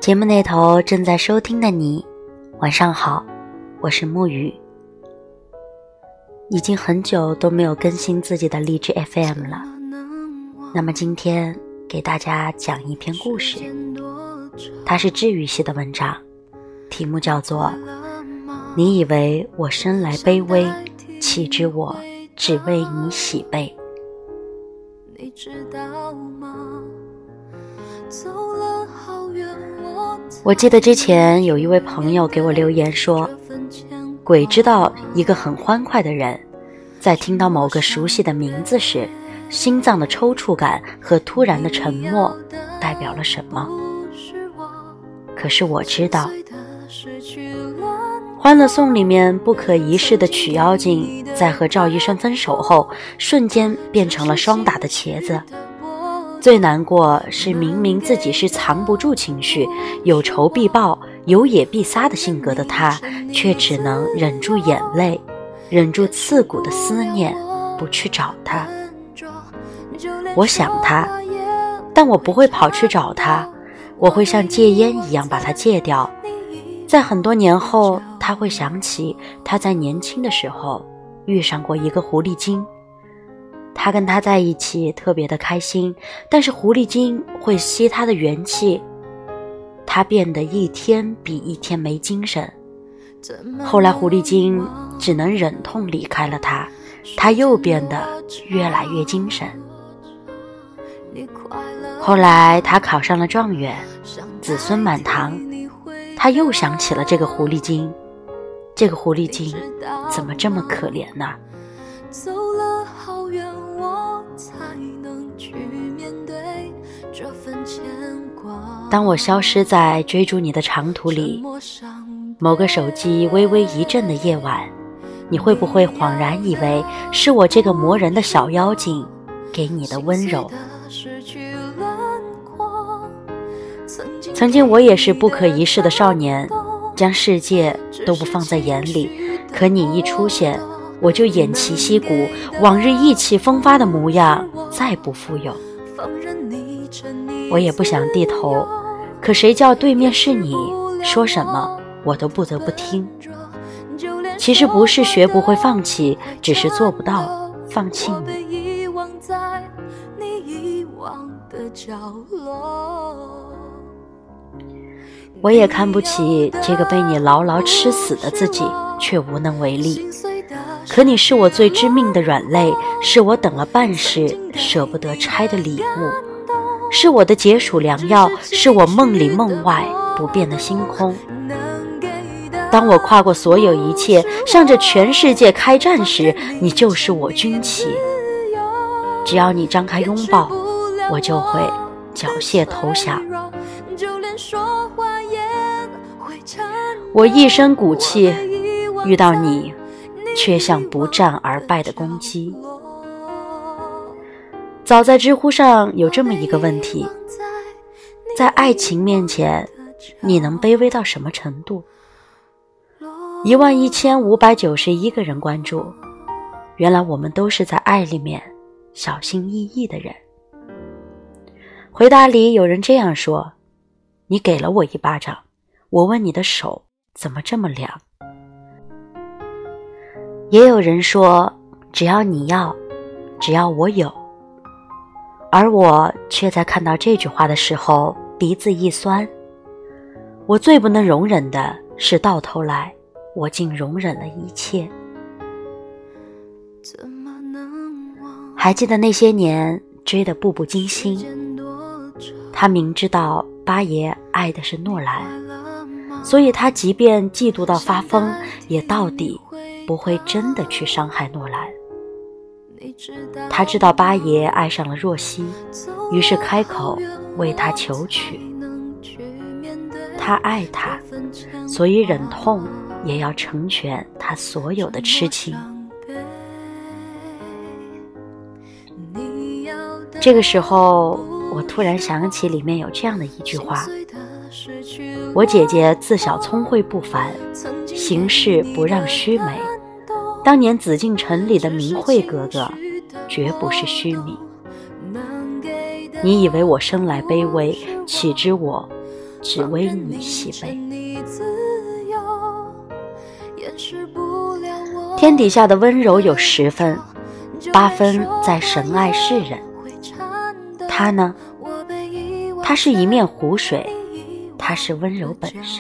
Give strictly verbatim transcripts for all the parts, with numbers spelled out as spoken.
节目那头正在收听的你，晚上好，我是木鱼。已经很久都没有更新自己的荔枝 F M 了，那么今天给大家讲一篇故事，它是治愈系的文章，题目叫做你以为我生来卑微，岂知我只为你洗背。你知道吗？走了好远，我记得之前有一位朋友给我留言说，鬼知道一个很欢快的人在听到某个熟悉的名字时，心脏的抽搐感和突然的沉默代表了什么。可是我知道，欢乐颂里面不可一世的曲妖精在和赵医生分手后，瞬间变成了双打的茄子。最难过是明明自己是藏不住情绪，有仇必报，有野必撒的性格的他，却只能忍住眼泪，忍住刺骨的思念，不去找他。我想他，但我不会跑去找他，我会像戒烟一样把它戒掉。在很多年后，他会想起他在年轻的时候遇上过一个狐狸精，他跟他在一起特别的开心，但是狐狸精会吸他的元气，他变得一天比一天没精神。后来狐狸精只能忍痛离开了他，他又变得越来越精神。后来他考上了状元，子孙满堂，他又想起了这个狐狸精，这个狐狸精怎么这么可怜呢？走了好远，我才能去面对这份牵挂。当我消失在追逐你的长途里，某个手机微微一震的夜晚，你会不会恍然以为是我这个磨人的小妖精给你的温柔？曾经我也是不可一世的少年，将世界都不放在眼里，可你一出现，我就偃旗息鼓，往日意气风发的模样再不复有。我也不想低头，可谁叫对面是你，说什么我都不得不听。其实不是学不会放弃，只是做不到放弃你。我也看不起这个被你牢牢吃死的自己，却无能为力。可你是我最致命的软肋，是我等了半世舍不得拆的礼物，是我的解暑良药，是我梦里梦外不变的星空。当我跨过所有一切，向着全世界开战时，你就是我军旗。只要你张开拥抱，我就会缴械投降。我一身骨气，遇到你却像不战而败的公鸡。早在知乎上有这么一个问题，在爱情面前，你能卑微到什么程度？一万一千五百九十一个人关注，原来我们都是在爱里面小心翼翼的人。回答里有人这样说，你给了我一巴掌，我问你的手怎么这么凉？也有人说，只要你要，只要我有。而我却在看到这句话的时候鼻子一酸。我最不能容忍的是，到头来我竟容忍了一切。还记得那些年追的步步惊心，他明知道八爷爱的是诺兰，所以他即便嫉妒到发疯，也到底不会真的去伤害诺兰。他知道八爷爱上了若曦，于是开口为他求娶。他爱他，所以忍痛也要成全他所有的痴情。这个时候，我突然想起里面有这样的一句话，我姐姐自小聪慧不凡，行事不让须眉，当年紫禁城里的明慧格格绝不是虚名。你以为我生来卑微，岂知我只为你喜悲。天底下的温柔有十分，八分在神爱世人。他呢？他是一面湖水，他是温柔本身。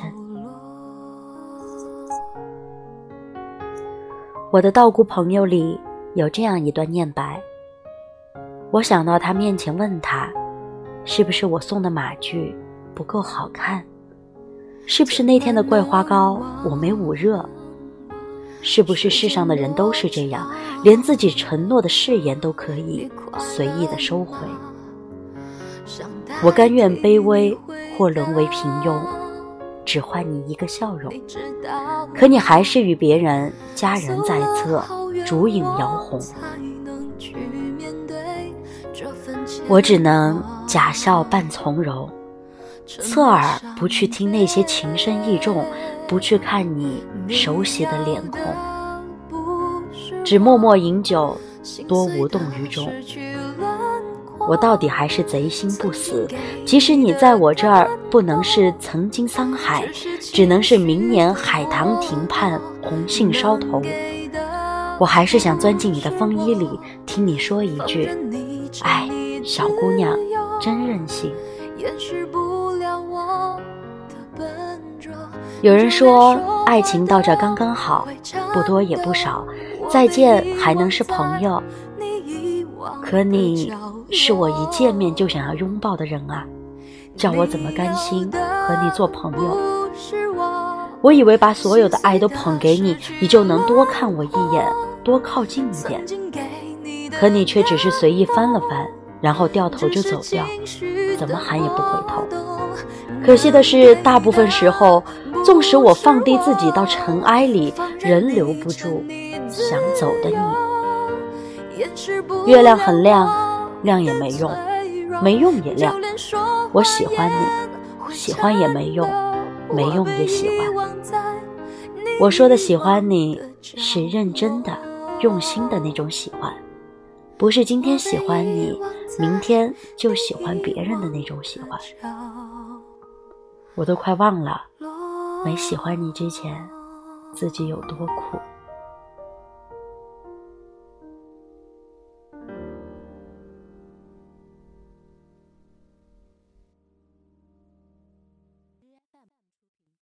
我的道姑朋友里有这样一段念白，我想到他面前问他，是不是我送的马具不够好看？是不是那天的桂花糕我没捂热？是不是世上的人都是这样，连自己承诺的誓言都可以随意的收回？我甘愿卑微或沦为平庸，只换你一个笑容。可你还是与别人佳人在侧，烛影摇红。我只能假笑扮从容，侧耳不去听那些情深意重，不去看你熟悉的脸孔，只默默饮酒，多无动于衷。我到底还是贼心不死，即使你在我这儿不能是曾经沧海，只能是明年海棠亭畔红杏梢头，我还是想钻进你的风衣里，听你说一句，哎，小姑娘真任性。有人说爱情到这刚刚好，不多也不少，再见还能是朋友。可你是我一见面就想要拥抱的人啊，叫我怎么甘心和你做朋友？我以为把所有的爱都捧给你，你就能多看我一眼，多靠近一点。可你却只是随意翻了翻，然后掉头就走掉，怎么喊也不回头。可惜的是，大部分时候，纵使我放低自己到尘埃里，仍留不住想走的你。月亮很亮，亮也没用，没用也亮。我喜欢你，喜欢也没用，没用也喜欢。我说的喜欢你，是认真的、用心的那种喜欢，不是今天喜欢你，明天就喜欢别人的那种喜欢。我都快忘了，没喜欢你之前，自己有多苦。